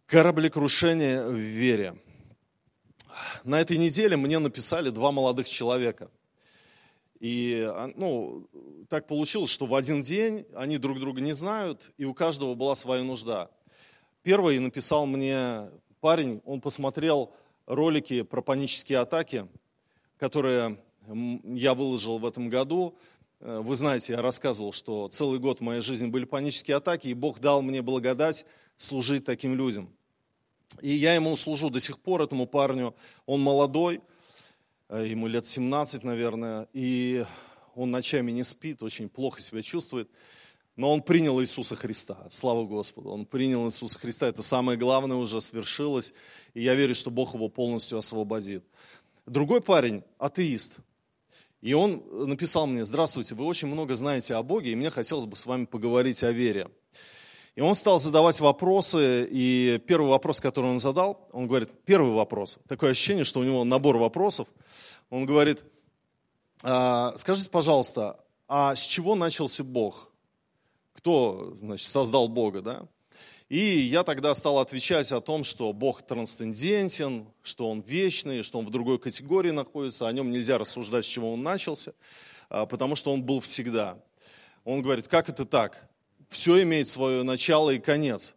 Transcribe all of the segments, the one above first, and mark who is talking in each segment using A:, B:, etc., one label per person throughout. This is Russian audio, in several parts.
A: Кораблекрушение в вере. На этой неделе мне написали 2 молодых человека. И так получилось, что в один день они друг друга не знают, и у каждого была своя нужда. Первый написал мне парень, он посмотрел ролики про панические атаки, которые я выложил в этом году. Вы знаете, я рассказывал, что целый год в моей жизни были панические атаки, и Бог дал мне благодать служить таким людям. И я ему служу до сих пор, этому парню. Он молодой, ему лет 17, наверное, и он ночами не спит, очень плохо себя чувствует. Но он принял Иисуса Христа, слава Господу, он принял Иисуса Христа, это самое главное уже свершилось, и я верю, что Бог его полностью освободит. Другой парень, атеист, и он написал мне: здравствуйте, вы очень много знаете о Боге, и мне хотелось бы с вами поговорить о вере. И он стал задавать вопросы, и первый вопрос, который он задал, он говорит, первый вопрос, такое ощущение, что у него набор вопросов, он говорит: скажите, пожалуйста, а с чего начался Бог? Кто, значит, создал Бога, да? И я тогда стал отвечать о том, что Бог трансцендентен, что Он вечный, что Он в другой категории находится, о Нем нельзя рассуждать, с чего Он начался, потому что Он был всегда. Он говорит, как это так? Все имеет свое начало и конец.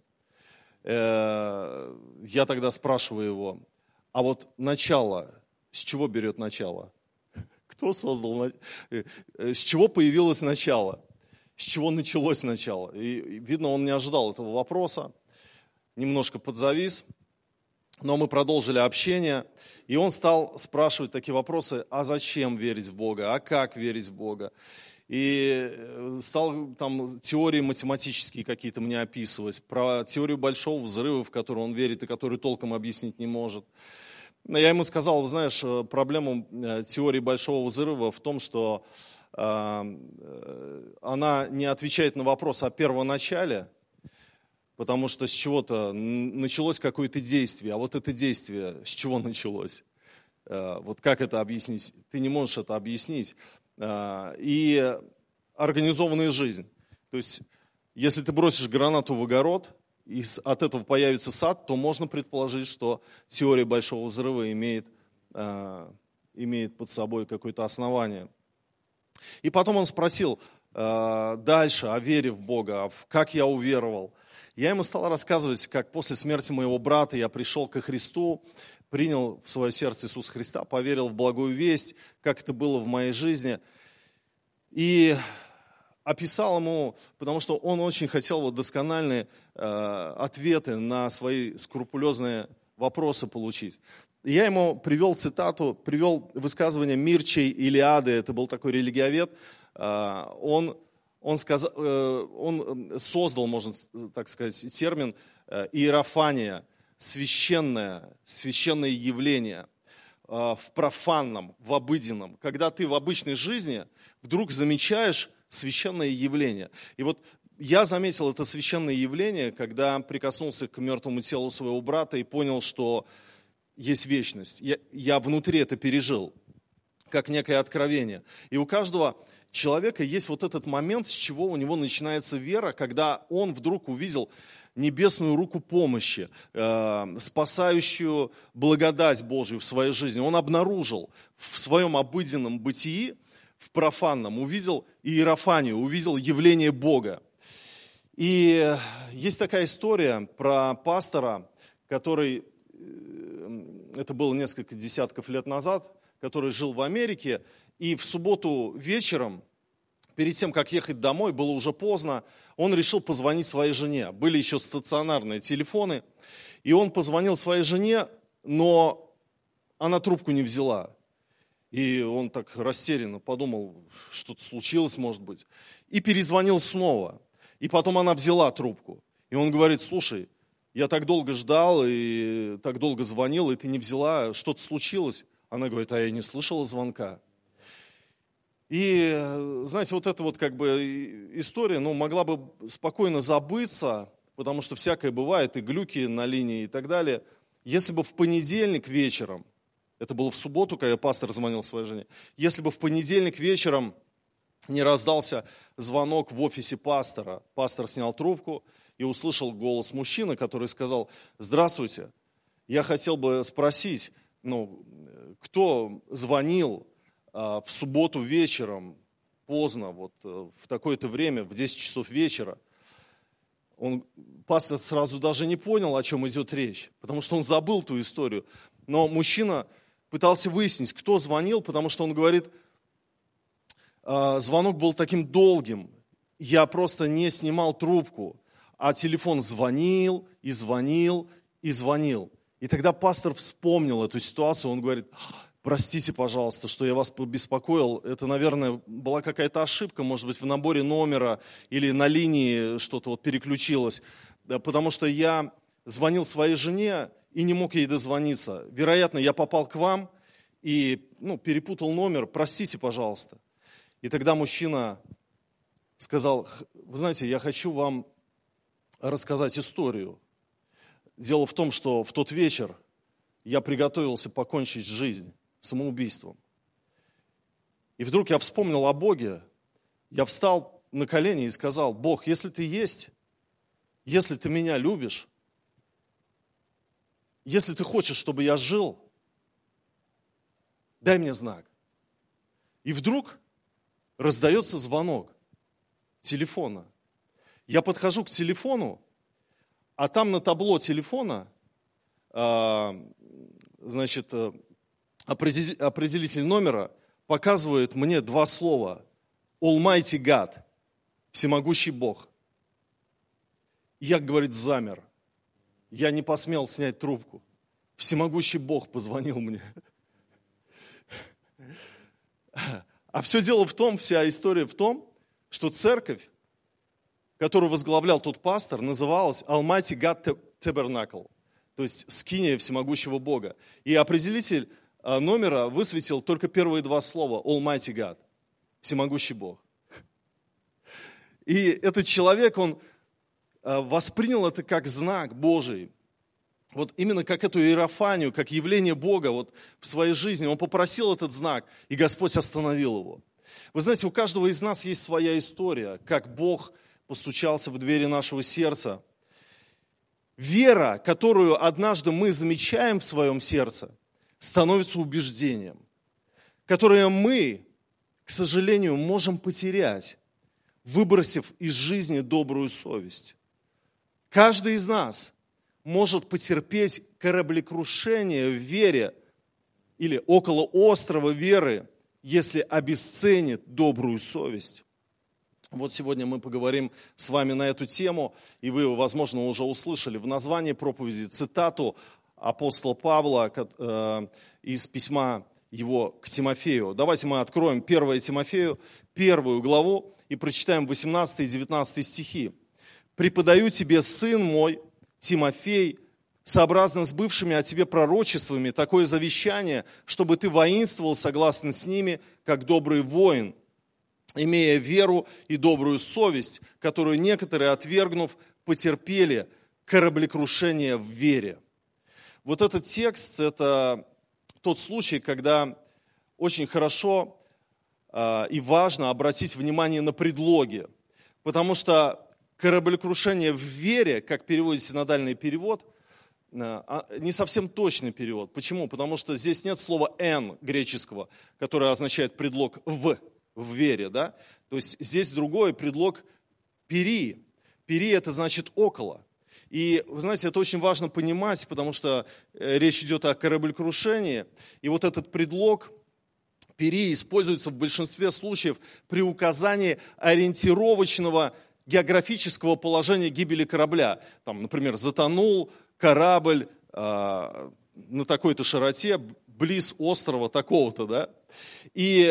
A: Я тогда спрашиваю его, а вот начало, с чего берет начало? Кто создал? С чего появилось начало? С чего началось начало? И видно, он не ожидал этого вопроса, немножко подзавис, но мы продолжили общение, и он стал спрашивать такие вопросы, а зачем верить в Бога, а как верить в Бога? И стал там теории математические какие-то мне описывать, про теорию большого взрыва, в которую он верит и которую толком объяснить не может. Я ему сказал, вы знаешь, проблема теории большого взрыва в том, что она не отвечает на вопрос о первоначале, потому что с чего-то началось какое-то действие, а вот это действие с чего началось? Вот как это объяснить? Ты не можешь это объяснить. И организованная жизнь. То есть, если ты бросишь гранату в огород, и от этого появится сад, то можно предположить, что теория большого взрыва имеет под собой какое-то основание. И потом он спросил дальше о вере в Бога, как я уверовал. Я ему стал рассказывать, как после смерти моего брата я пришел ко Христу, принял в свое сердце Иисуса Христа, поверил в благую весть, как это было в моей жизни. И описал ему, потому что он очень хотел вот доскональные ответы на свои скрупулезные вопросы получить. И я ему привел цитату, привел высказывание Мирчей Илиады, это был такой религиовед. Он создал, можно так сказать, термин иерофания, священное явление в профанном, в обыденном. Когда ты в обычной жизни вдруг замечаешь священное явление. И вот я заметил это священное явление, когда прикоснулся к мертвому телу своего брата и понял, что есть вечность. Я внутри это пережил, как некое откровение. И у каждого человека есть вот этот момент, с чего у него начинается вера, когда он вдруг увидел небесную руку помощи, спасающую благодать Божию в своей жизни. Он обнаружил в своем обыденном бытии, в профанном, увидел иерофанию, увидел явление Бога. И есть такая история про пастора, который, это было несколько десятков лет назад, который жил в Америке, и в субботу вечером, перед тем, как ехать домой, было уже поздно, он решил позвонить своей жене. Были еще стационарные телефоны, и он позвонил своей жене, но она трубку не взяла. И он так растерянно подумал, что-то случилось, может быть, и перезвонил снова. И потом она взяла трубку. И он говорит, слушай, я так долго ждал и так долго звонил, и ты не взяла, что-то случилось? Она говорит, а я не слышала звонка. И, знаете, вот эта вот как бы история, могла бы спокойно забыться, потому что всякое бывает, и глюки на линии и так далее. Если бы в понедельник вечером, это было в субботу, когда пастор звонил своей жене, если бы в понедельник вечером не раздался звонок в офисе пастора, пастор снял трубку, и услышал голос мужчины, который сказал: «Здравствуйте, я хотел бы спросить, кто звонил в субботу вечером, поздно, в такое-то время, в 10 часов вечера». Пастор сразу даже не понял, о чем идет речь, потому что он забыл ту историю. Но мужчина пытался выяснить, кто звонил, потому что он говорит: звонок был таким долгим, я просто не снимал трубку, а телефон звонил и звонил и звонил. И тогда пастор вспомнил эту ситуацию, он говорит: простите, пожалуйста, что я вас побеспокоил, это, наверное, была какая-то ошибка, может быть, в наборе номера или на линии что-то переключилось, потому что я звонил своей жене и не мог ей дозвониться. Вероятно, я попал к вам и перепутал номер, простите, пожалуйста. И тогда мужчина сказал: вы знаете, я хочу вам рассказать историю. Дело в том, что в тот вечер я приготовился покончить жизнь самоубийством. И вдруг я вспомнил о Боге, я встал на колени и сказал: Бог, если ты есть, если ты меня любишь, если ты хочешь, чтобы я жил, дай мне знак. И вдруг раздается звонок телефона. Я подхожу к телефону, а там на табло телефона, определитель номера показывает мне два слова: Almighty God, всемогущий Бог. Я, говорит, замер. Я не посмел снять трубку. Всемогущий Бог позвонил мне. А все дело в том, вся история в том, что церковь, которую возглавлял тот пастор, называлась Almighty God Tabernacle, то есть скиния всемогущего Бога. И определитель номера высветил только первые два слова: Almighty God, всемогущий Бог. И этот человек, он воспринял это как знак Божий. Вот именно как эту иерофанию, как явление Бога в своей жизни. Он попросил этот знак, и Господь остановил его. Вы знаете, у каждого из нас есть своя история, как Бог постучался в двери нашего сердца. Вера, которую однажды мы замечаем в своем сердце, становится убеждением, которое мы, к сожалению, можем потерять, выбросив из жизни добрую совесть. Каждый из нас может потерпеть кораблекрушение в вере или около острова веры, если обесценит добрую совесть. Вот сегодня мы поговорим с вами на эту тему, и вы, возможно, уже услышали в названии проповеди цитату апостола Павла из письма его к Тимофею. Давайте мы откроем 1 Тимофею, 1 главу, и прочитаем 18 и 19 стихи. «Преподаю тебе, сын мой, Тимофей, сообразно с бывшими о тебе пророчествами, такое завещание, чтобы ты воинствовал согласно с ними, как добрый воин, имея веру и добрую совесть, которую некоторые, отвергнув, потерпели кораблекрушение в вере». Вот этот текст – это тот случай, когда очень хорошо и важно обратить внимание на предлоги, потому что кораблекрушение в вере, как переводит синодальный перевод, не совсем точный перевод. Почему? Потому что здесь нет слова «эн» греческого, которое означает предлог в вере. Да? То есть здесь другой предлог «пери». «Пери» – это значит «около». И, вы знаете, это очень важно понимать, потому что речь идет о кораблекрушении. И вот этот предлог «пери» используется в большинстве случаев при указании ориентировочного географического положения гибели корабля. Там, например, затонул корабль на такой-то широте, близ острова такого-то. Да? И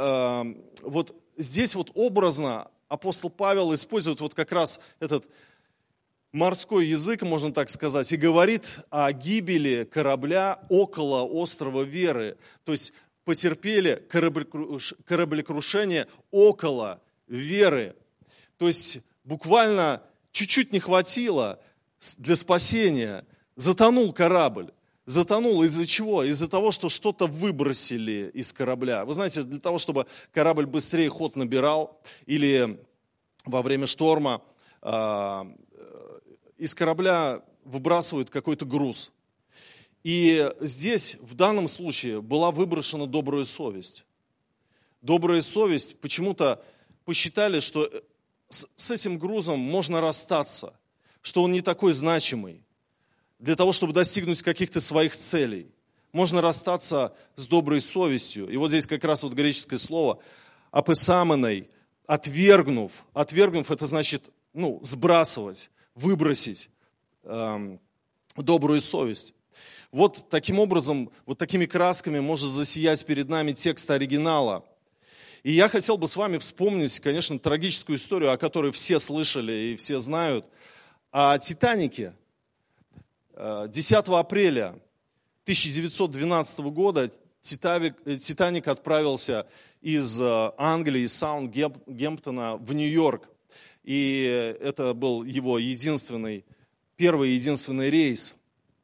A: вот здесь образно апостол Павел использует как раз этот морской язык, можно так сказать, и говорит о гибели корабля около острова веры. То есть потерпели кораблекрушение около веры. То есть буквально чуть-чуть не хватило для спасения. Затонул корабль. Затонул из-за чего? Из-за того, что что-то выбросили из корабля. Вы знаете, для того, чтобы корабль быстрее ход набирал, или во время шторма из корабля выбрасывают какой-то груз. И здесь, в данном случае, была выброшена добрая совесть. Добрая совесть почему-то посчитали, что с этим грузом можно расстаться, что он не такой значимый для того, чтобы достигнуть каких-то своих целей. Можно расстаться с доброй совестью. И вот здесь как раз вот греческое слово «апесаменой», отвергнув. Отвергнув – это значит, сбрасывать, выбросить добрую совесть. Вот таким образом, вот такими красками может засиять перед нами текст оригинала. И я хотел бы с вами вспомнить, конечно, трагическую историю, о которой все слышали и все знают, о «Титанике». 10 апреля 1912 года «Титаник» отправился из Англии, из Саутгемптона в Нью-Йорк. И это был его первый и единственный рейс.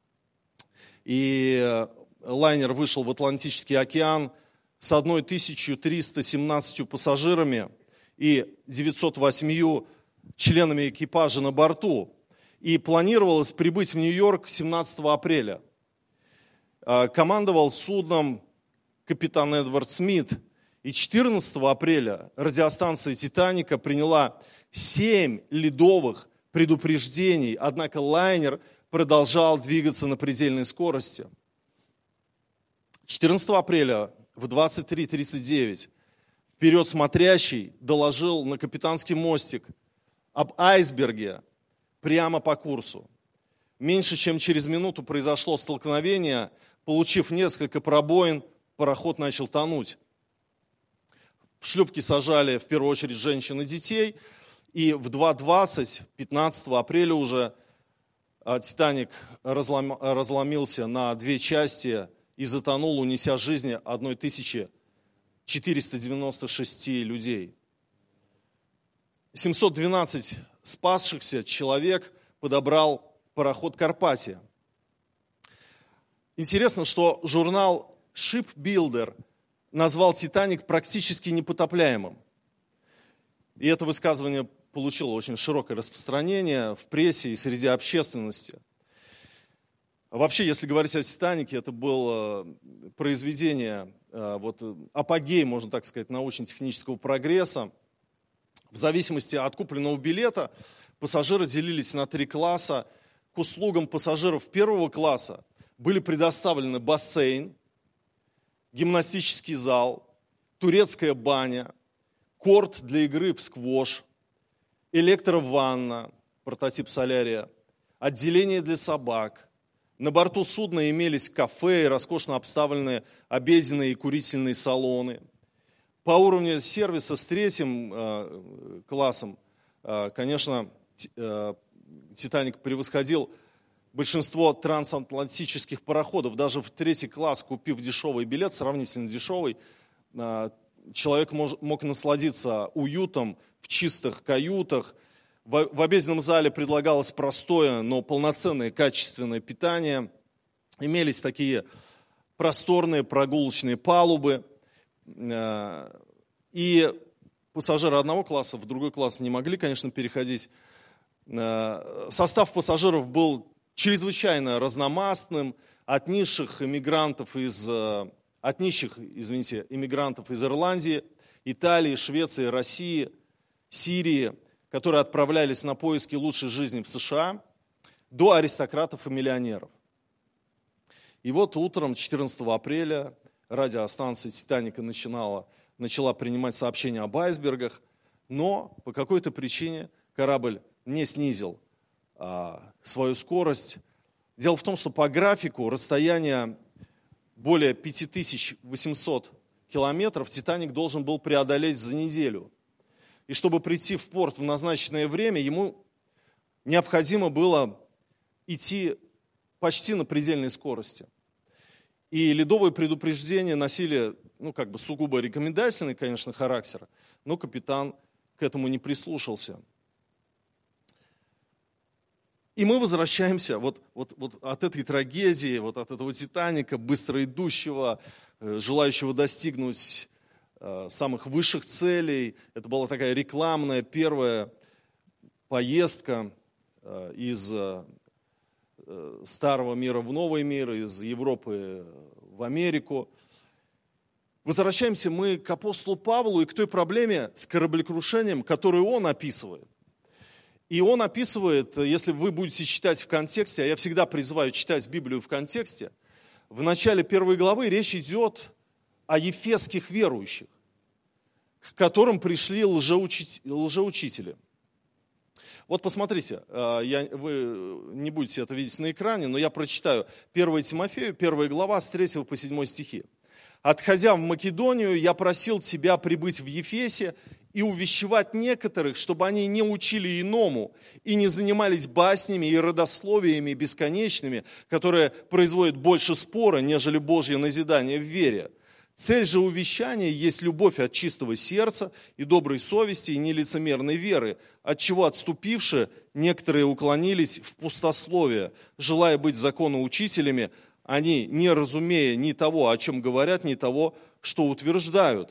A: И лайнер вышел в Атлантический океан с 1317 пассажирами и 908 членами экипажа на борту. И планировалось прибыть в Нью-Йорк 17 апреля. Командовал судном капитан Эдвард Смит. И 14 апреля радиостанция «Титаника» приняла 7 ледовых предупреждений, однако лайнер продолжал двигаться на предельной скорости. 14 апреля в 23:39 вперед смотрящий доложил на капитанский мостик об айсберге прямо по курсу. Меньше чем через минуту произошло столкновение. Получив несколько пробоин, пароход начал тонуть. В шлюпки сажали в первую очередь женщин и детей. И в 2:20, 15 апреля уже, «Титаник» разломился на 2 части и затонул, унеся жизни 1496 людей. 712 спасшихся человек подобрал пароход «Карпатия». Интересно, что журнал Shipbuilder назвал «Титаник» практически непотопляемым. И это высказывание получило очень широкое распространение в прессе и среди общественности. Вообще, если говорить о «Титанике», это было произведение, апогей, можно так сказать, научно-технического прогресса. В зависимости от купленного билета пассажиры делились на 3 класса. К услугам пассажиров первого класса были предоставлены бассейн, гимнастический зал, турецкая баня, корт для игры в сквош, электрованна, прототип солярия, отделение для собак. На борту судна имелись кафе и роскошно обставленные обеденные и курительные салоны. По уровню сервиса с 3 классом, конечно, «Титаник» превосходил большинство трансатлантических пароходов. Даже в 3 класс, купив дешевый билет, сравнительно дешевый, человек мог насладиться уютом в чистых каютах. В обеденном зале предлагалось простое, но полноценное качественное питание. Имелись такие просторные прогулочные палубы. И пассажиры одного класса в другой класс не могли, конечно, переходить. Состав пассажиров был чрезвычайно разномастным. От низших иммигрантов из Ирландии, Италии, Швеции, России, Сирии, которые отправлялись на поиски лучшей жизни в США, до аристократов и миллионеров. И вот утром 14 апреля радиостанция «Титаника» начала принимать сообщения об айсбергах, но по какой-то причине корабль не снизил свою скорость. Дело в том, что по графику расстояние более 5800 километров «Титаник» должен был преодолеть за неделю. И чтобы прийти в порт в назначенное время, ему необходимо было идти почти на предельной скорости. И ледовые предупреждения носили, сугубо рекомендательный, конечно, характер, но капитан к этому не прислушался. И мы возвращаемся вот от этой трагедии, от этого «Титаника», быстро идущего, желающего достигнуть самых высших целей. Это была такая рекламная первая поездка из старого мира в новый мир, из Европы в Америку. Возвращаемся мы к апостолу Павлу и к той проблеме с кораблекрушением, которую он описывает. И он описывает, если вы будете читать в контексте, а я всегда призываю читать Библию в контексте, в начале 1 главы речь идет о ефесских верующих, к которым пришли лжеучители. Вот посмотрите, вы не будете это видеть на экране, но я прочитаю 1 Тимофею, 1 глава, с 3 по 7 стихи. «Отходя в Македонию, я просил тебя прибыть в Ефесе и увещевать некоторых, чтобы они не учили иному и не занимались баснями и родословиями бесконечными, которые производят больше спора, нежели Божье назидание в вере. Цель же увещания есть любовь от чистого сердца и доброй совести и нелицемерной веры, от чего отступившие некоторые уклонились в пустословие, желая быть законоучителями, они, не разумея ни того, о чем говорят, ни того, что утверждают».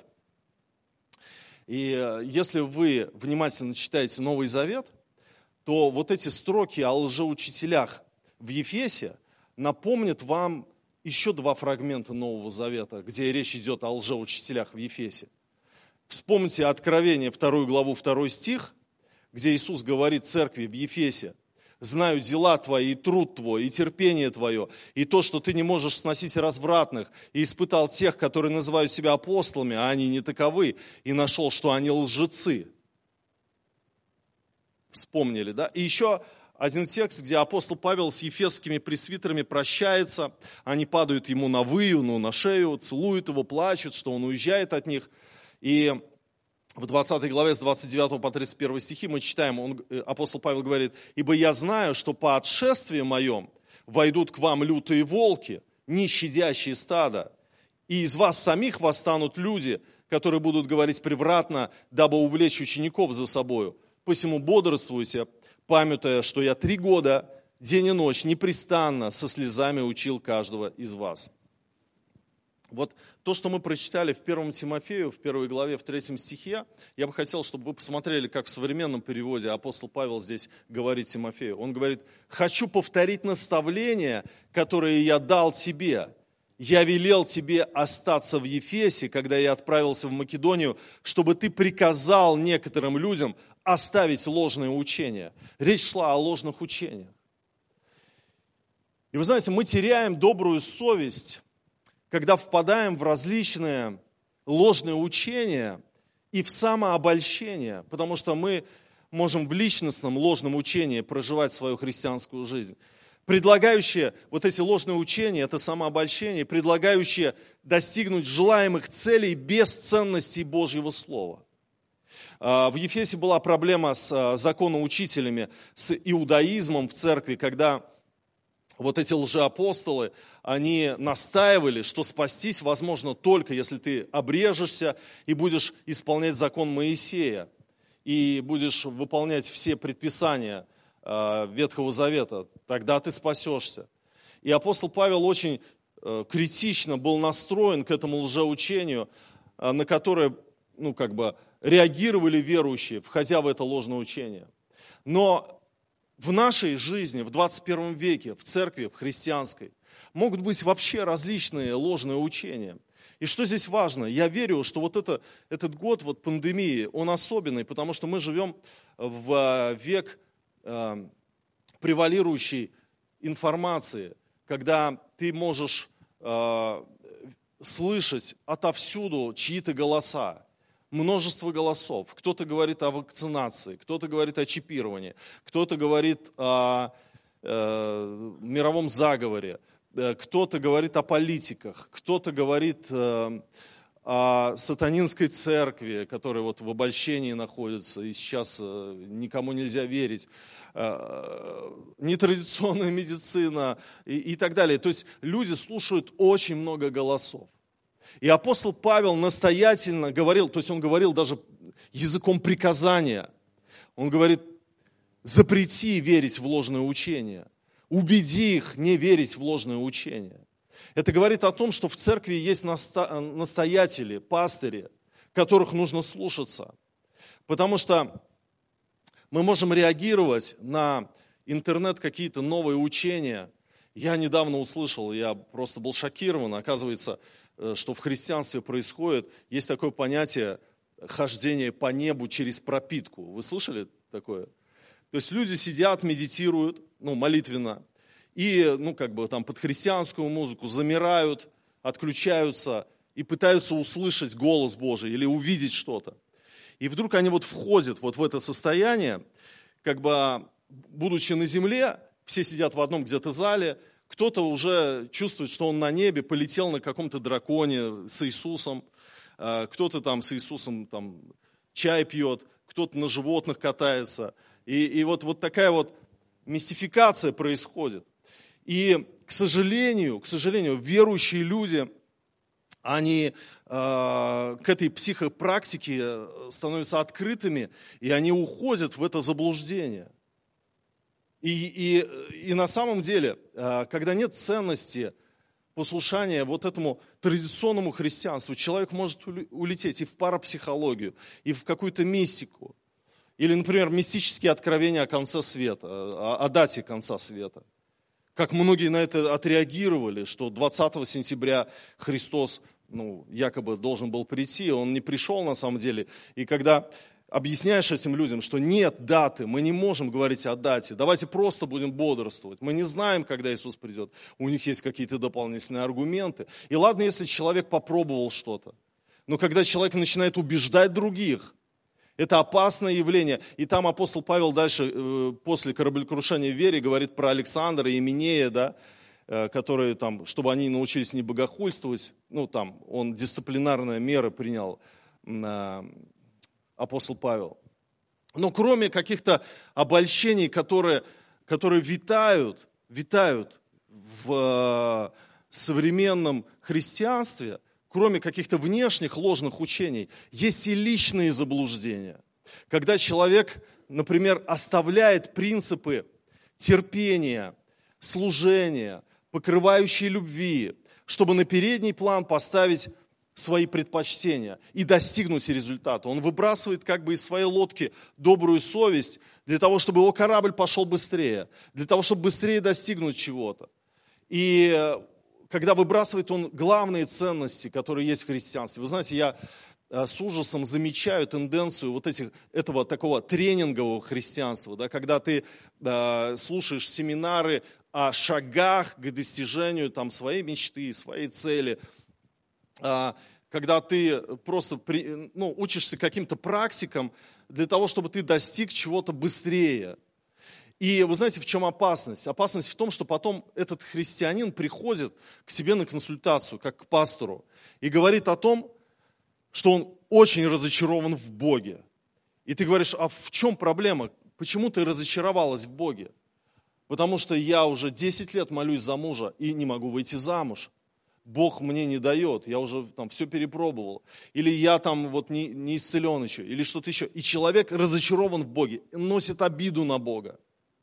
A: И если вы внимательно читаете Новый Завет, то вот эти строки о лжеучителях в Ефесе напомнят вам еще два фрагмента Нового Завета, где речь идет о лжеучителях в Ефесе. Вспомните Откровение, 2 главу, 2 стих, где Иисус говорит церкви в Ефесе: «Знаю дела твои, и труд твой, и терпение твое, и то, что ты не можешь сносить развратных, и испытал тех, которые называют себя апостолами, а они не таковы, и нашел, что они лжецы». Вспомнили, да? И еще один текст, где апостол Павел с ефесскими пресвитерами прощается, они падают ему на выю, на шею, целуют его, плачут, что он уезжает от них. И в 20 главе с 29 по 31 стихи мы читаем, апостол Павел говорит: «Ибо я знаю, что по отшествии моем войдут к вам лютые волки, не щадящие стада, и из вас самих восстанут люди, которые будут говорить превратно, дабы увлечь учеников за собою. Посему бодрствуйте, памятуя, что я 3 года, день и ночь, непрестанно со слезами учил каждого из вас». Вот то, что мы прочитали в 1 Тимофею, в 1 главе, в 3 стихе, я бы хотел, чтобы вы посмотрели, как в современном переводе апостол Павел здесь говорит Тимофею. Он говорит: «Хочу повторить наставление, которое я дал тебе. Я велел тебе остаться в Ефесе, когда я отправился в Македонию, чтобы ты приказал некоторым людям оставить ложные учения». Речь шла о ложных учениях. И вы знаете, мы теряем добрую совесть, когда впадаем в различные ложные учения и в самообольщение, потому что мы можем в личностном ложном учении проживать свою христианскую жизнь, предлагающие вот эти ложные учения, это самообольщение, предлагающие достигнуть желаемых целей без ценностей Божьего Слова. В Ефесе была проблема с законоучителями, с иудаизмом в церкви, когда вот эти лжеапостолы, они настаивали, что спастись возможно только если ты обрежешься и будешь исполнять закон Моисея, и будешь выполнять все предписания Ветхого Завета, тогда ты спасешься. И апостол Павел очень критично был настроен к этому лжеучению, на которое, реагировали верующие, входя в это ложное учение. Но в нашей жизни, в 21 веке, в церкви, в христианской, могут быть вообще различные ложные учения. И что здесь важно? Я верю, что вот этот год пандемии, он особенный, потому что мы живем в век превалирующей информации, когда ты можешь слышать отовсюду чьи-то голоса. Множество голосов. Кто-то говорит о вакцинации, кто-то говорит о чипировании, кто-то говорит о мировом заговоре, кто-то говорит о политиках, кто-то говорит о сатанинской церкви, которая в обольщении находится, и сейчас никому нельзя верить, нетрадиционная медицина и так далее. То есть люди слушают очень много голосов. И апостол Павел настоятельно говорил, то есть он говорил даже языком приказания. Он говорит: запрети верить в ложное учение, убеди их не верить в ложное учение. Это говорит о том, что в церкви есть настоятели, пастыри, которых нужно слушаться. Потому что мы можем реагировать на интернет, какие-то новые учения. Я недавно услышал, я просто был шокирован, оказывается, что в христианстве происходит, есть такое понятие хождение по небу через пропитку. Вы слышали такое? То есть люди сидят, медитируют, молитвенно, и, там под христианскую музыку замирают, отключаются и пытаются услышать голос Божий или увидеть что-то. И вдруг они входят в это состояние, будучи на земле, все сидят в одном где-то зале, кто-то уже чувствует, что он на небе, полетел на каком-то драконе с Иисусом, кто-то там с Иисусом чай пьет, кто-то на животных катается. И вот такая мистификация происходит. И, к сожалению, верующие люди, они к этой психопрактике становятся открытыми, и они уходят в это заблуждение. И на самом деле, когда нет ценности послушания этому традиционному христианству, человек может улететь и в парапсихологию, и в какую-то мистику. Или, например, мистические откровения о конце света, о дате конца света. Как многие на это отреагировали, что 20 сентября Христос якобы должен был прийти, он не пришел на самом деле. И когда объясняешь этим людям, что нет даты, мы не можем говорить о дате, давайте просто будем бодрствовать. Мы не знаем, когда Иисус придет. У них есть какие-то дополнительные аргументы. И ладно, если человек попробовал что-то. Но когда человек начинает убеждать других, это опасное явление. И там апостол Павел дальше, после кораблекрушения в вере, говорит про Александра и Именея, которые чтобы они научились не богохульствовать. Он дисциплинарные меры принял, апостол Павел. Но кроме каких-то обольщений, которые витают в современном христианстве, кроме каких-то внешних ложных учений, есть и личные заблуждения. Когда человек, например, оставляет принципы терпения, служения, покрывающие любви, чтобы на передний план поставить свои предпочтения и достигнуть результата. Он выбрасывает из своей лодки добрую совесть для того, чтобы его корабль пошел быстрее, для того, чтобы быстрее достигнуть чего-то. И когда выбрасывает он главные ценности, которые есть в христианстве. Вы знаете, я с ужасом замечаю тенденцию этого такого тренингового христианства, когда ты слушаешь семинары о шагах к достижению своей мечты, своей цели, когда ты просто учишься каким-то практикам для того, чтобы ты достиг чего-то быстрее. И вы знаете, в чем опасность? Опасность в том, что потом этот христианин приходит к тебе на консультацию, как к пастору, и говорит о том, что он очень разочарован в Боге. И ты говоришь, а в чем проблема? Почему ты разочаровалась в Боге? Потому что я уже 10 лет молюсь за мужа и не могу выйти замуж. Бог мне не дает, я уже все перепробовал. Или я не исцелен еще, или что-то еще. И человек разочарован в Боге, носит обиду на Бога.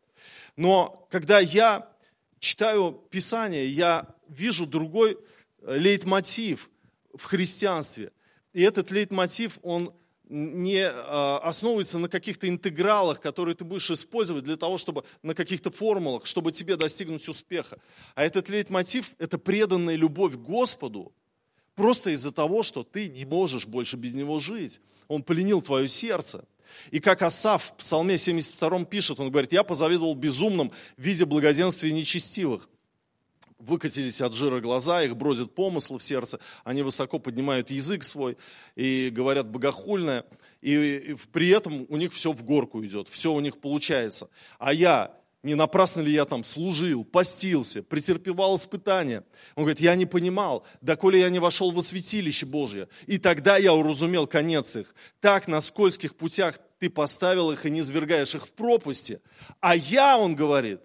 A: Но когда я читаю Писание, я вижу другой лейтмотив в христианстве. И этот лейтмотив, он не основывается на каких-то интегралах, которые ты будешь использовать для того, чтобы на каких-то формулах, чтобы тебе достигнуть успеха. А этот лейтмотив – это преданная любовь к Господу просто из-за того, что ты не можешь больше без Него жить. Он пленил твое сердце. И как Асаф в Псалме 72 пишет, он говорит, я позавидовал безумным, видя благоденствия нечестивых. Выкатились от жира глаза, их бродят помыслы в сердце, они высоко поднимают язык свой и говорят богохульное, и при этом у них все в горку идет, все у них получается. А не напрасно ли я служил, постился, претерпевал испытания? Он говорит, я не понимал, доколе я не вошел во святилище Божье, и тогда я уразумел конец их. Так на скользких путях ты поставил их и не свергаешь их в пропасти. Он говорит,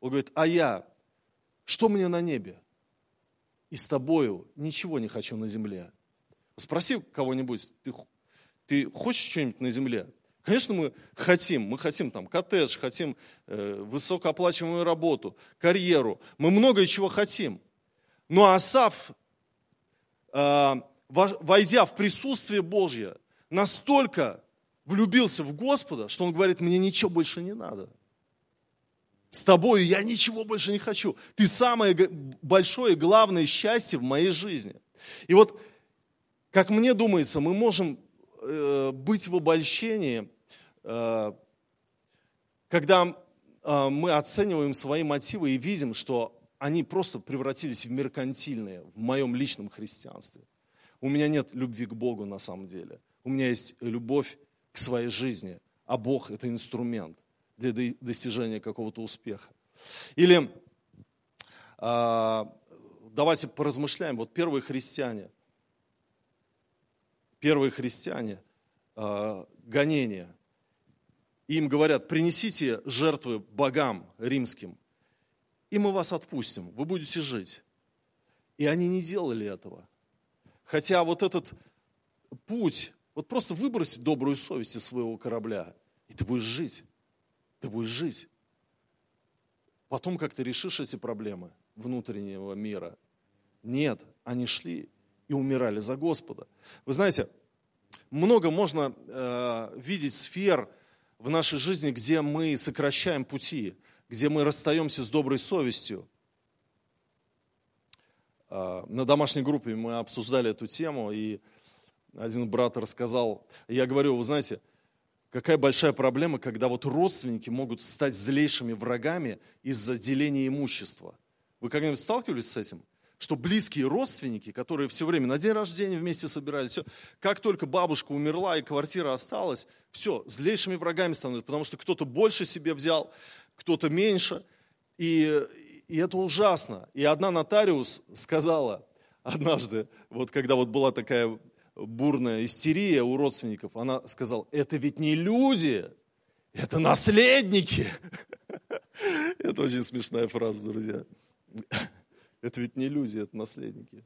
A: что мне на небе? И с тобою ничего не хочу на земле. Спроси кого-нибудь, ты хочешь что-нибудь на земле? Конечно, мы хотим коттедж, хотим высокооплачиваемую работу, карьеру. Мы много чего хотим. Но Асаф, войдя в присутствие Божье, настолько влюбился в Господа, что он говорит, мне ничего больше не надо. С тобою я ничего больше не хочу. Ты самое большое, главное счастье в моей жизни. И вот, как мне думается, мы можем быть в обольщении, когда мы оцениваем свои мотивы и видим, что они просто превратились в меркантильные в моем личном христианстве. У меня нет любви к Богу на самом деле. У меня есть любовь к своей жизни, а Бог – это инструмент для достижения какого-то успеха. Или давайте поразмышляем. Вот первые христиане, гонения. Им говорят, принесите жертвы богам римским, и мы вас отпустим, вы будете жить. И они не делали этого. Хотя вот этот путь, вот просто выбросить добрую совесть из своего корабля, и ты будешь жить. Ты будешь жить. Потом, как ты решишь эти проблемы внутреннего мира? Нет, они шли и умирали за Господа. Вы знаете, много можно видеть сфер в нашей жизни, где мы сокращаем пути, где мы расстаемся с доброй совестью. На домашней группе мы обсуждали эту тему, и один брат рассказал, я говорю, вы знаете, какая большая проблема, когда вот родственники могут стать злейшими врагами из-за деления имущества. Вы когда-нибудь сталкивались с этим? Что близкие родственники, которые все время на день рождения вместе собирались, все, как только бабушка умерла и квартира осталась, все, злейшими врагами становятся, потому что кто-то больше себе взял, кто-то меньше, и это ужасно. И одна нотариус сказала однажды, вот когда вот была такая бурная истерия у родственников, она сказала, это ведь не люди, это наследники. Это очень смешная фраза, друзья. Это ведь не люди, это наследники.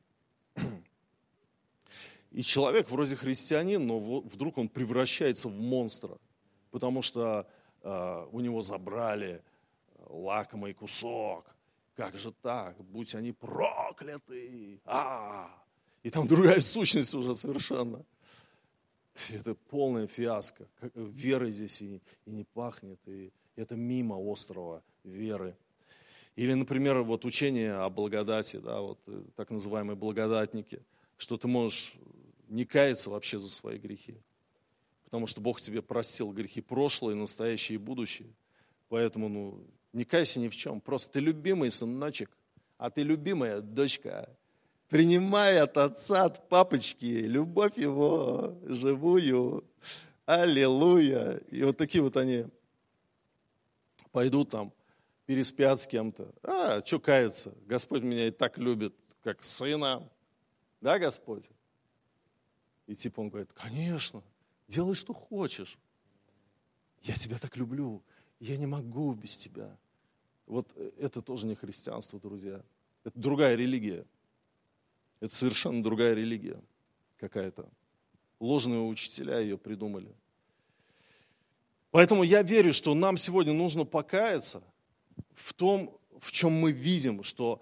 A: И человек вроде христианин, но вдруг он превращается в монстра, потому что у него забрали лакомый кусок. Как же так? Будь они прокляты! И там другая сущность уже совершенно. Это полная фиаско. Веры здесь и не пахнет. И это мимо острова веры. Или, например, вот учение о благодати, да, вот так называемые благодатники, что ты можешь не каяться вообще за свои грехи, потому что Бог тебе простил грехи прошлые, настоящие и будущие. Поэтому не кайся ни в чем, просто ты любимый сыночек, а ты любимая дочка. Принимай от отца, от папочки любовь его живую. Аллилуйя. И вот такие вот они пойдут там, переспят с кем-то. Что каяться? Господь меня и так любит, как сына. Да, Господь? И типа он говорит, конечно, делай, что хочешь. Я тебя так люблю, я не могу без тебя. Вот это тоже не христианство, друзья. Это другая религия. Это совершенно другая религия какая-то. Ложные учителя ее придумали. Поэтому я верю, что нам сегодня нужно покаяться в том, в чем мы видим, что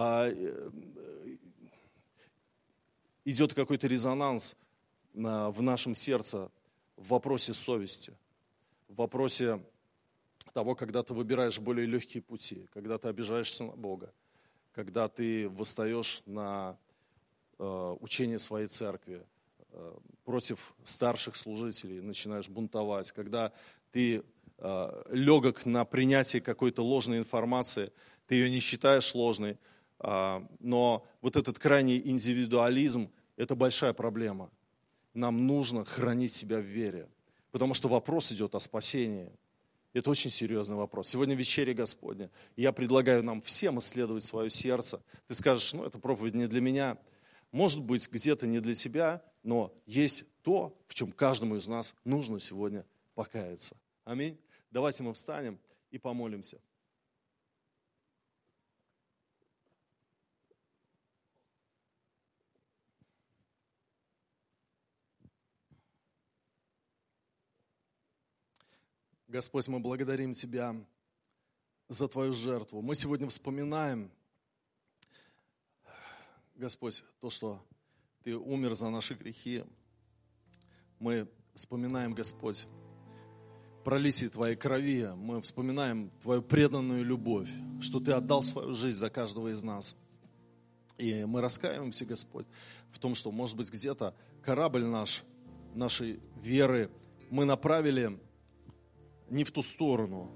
A: идет какой-то резонанс в нашем сердце в вопросе совести, в вопросе того, когда ты выбираешь более легкие пути, когда ты обижаешься на Бога, когда ты восстаешь на учение своей церкви, против старших служителей начинаешь бунтовать, когда ты легок на принятие какой-то ложной информации, ты ее не считаешь ложной, но вот этот крайний индивидуализм – это большая проблема. Нам нужно хранить себя в вере, потому что вопрос идет о спасении. Это очень серьезный вопрос. Сегодня вечеря Господня, и я предлагаю нам всем исследовать свое сердце. Ты скажешь, это проповедь не для меня. Может быть, где-то не для тебя, но есть то, в чем каждому из нас нужно сегодня покаяться. Аминь. Давайте мы встанем и помолимся. Господь, мы благодарим Тебя за Твою жертву. Мы сегодня вспоминаем, Господь, то, что Ты умер за наши грехи. Мы вспоминаем, Господь, пролитии Твоей крови мы вспоминаем Твою преданную любовь, что Ты отдал свою жизнь за каждого из нас. И мы раскаиваемся, Господь, в том, что, может быть, где-то корабль нашей веры мы направили не в ту сторону.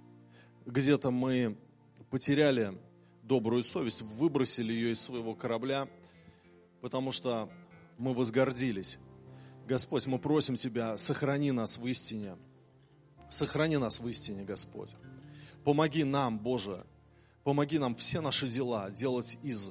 A: Где-то мы потеряли добрую совесть, выбросили ее из своего корабля, потому что мы возгордились. Господь, мы просим Тебя, сохрани нас в истине. Сохрани нас в истине, Господь. Помоги нам, Боже, помоги нам все наши дела делать из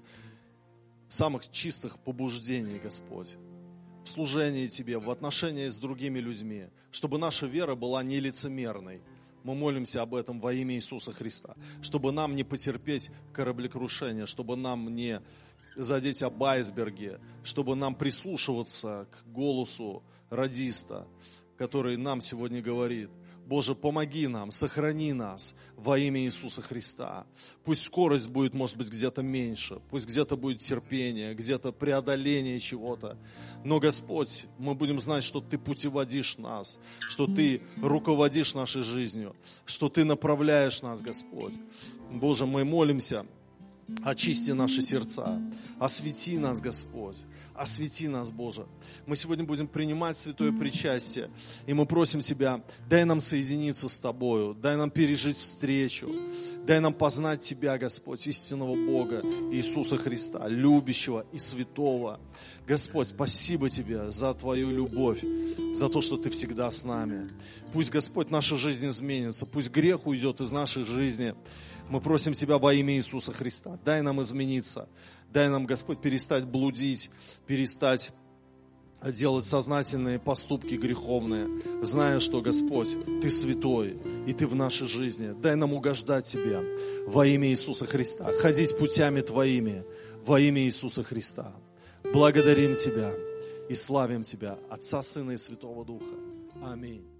A: самых чистых побуждений, Господь. В служении Тебе, в отношении с другими людьми, чтобы наша вера была нелицемерной. Мы молимся об этом во имя Иисуса Христа. Чтобы нам не потерпеть кораблекрушение, чтобы нам не задеть об айсберге, чтобы нам прислушиваться к голосу радиста, который нам сегодня говорит: Боже, помоги нам, сохрани нас во имя Иисуса Христа. Пусть скорость будет, может быть, где-то меньше, пусть где-то будет терпение, где-то преодоление чего-то. Но, Господь, мы будем знать, что Ты путеводишь нас, что Ты руководишь нашей жизнью, что Ты направляешь нас, Господь. Боже, мы молимся: очисти наши сердца, освети нас, Господь, освети нас, Боже. Мы сегодня будем принимать святое причастие, и мы просим Тебя, дай нам соединиться с Тобою, дай нам пережить встречу, дай нам познать Тебя, Господь, истинного Бога, Иисуса Христа, любящего и святого. Господь, спасибо Тебе за Твою любовь, за то, что Ты всегда с нами. Пусть, Господь, наша жизнь изменится, пусть грех уйдет из нашей жизни. Мы просим Тебя во имя Иисуса Христа. Дай нам измениться. Дай нам, Господь, перестать блудить, перестать делать сознательные поступки греховные, зная, что, Господь, Ты святой, и Ты в нашей жизни. Дай нам угождать Тебе во имя Иисуса Христа. Ходить путями Твоими во имя Иисуса Христа. Благодарим Тебя и славим Тебя, Отца, Сына и Святого Духа. Аминь.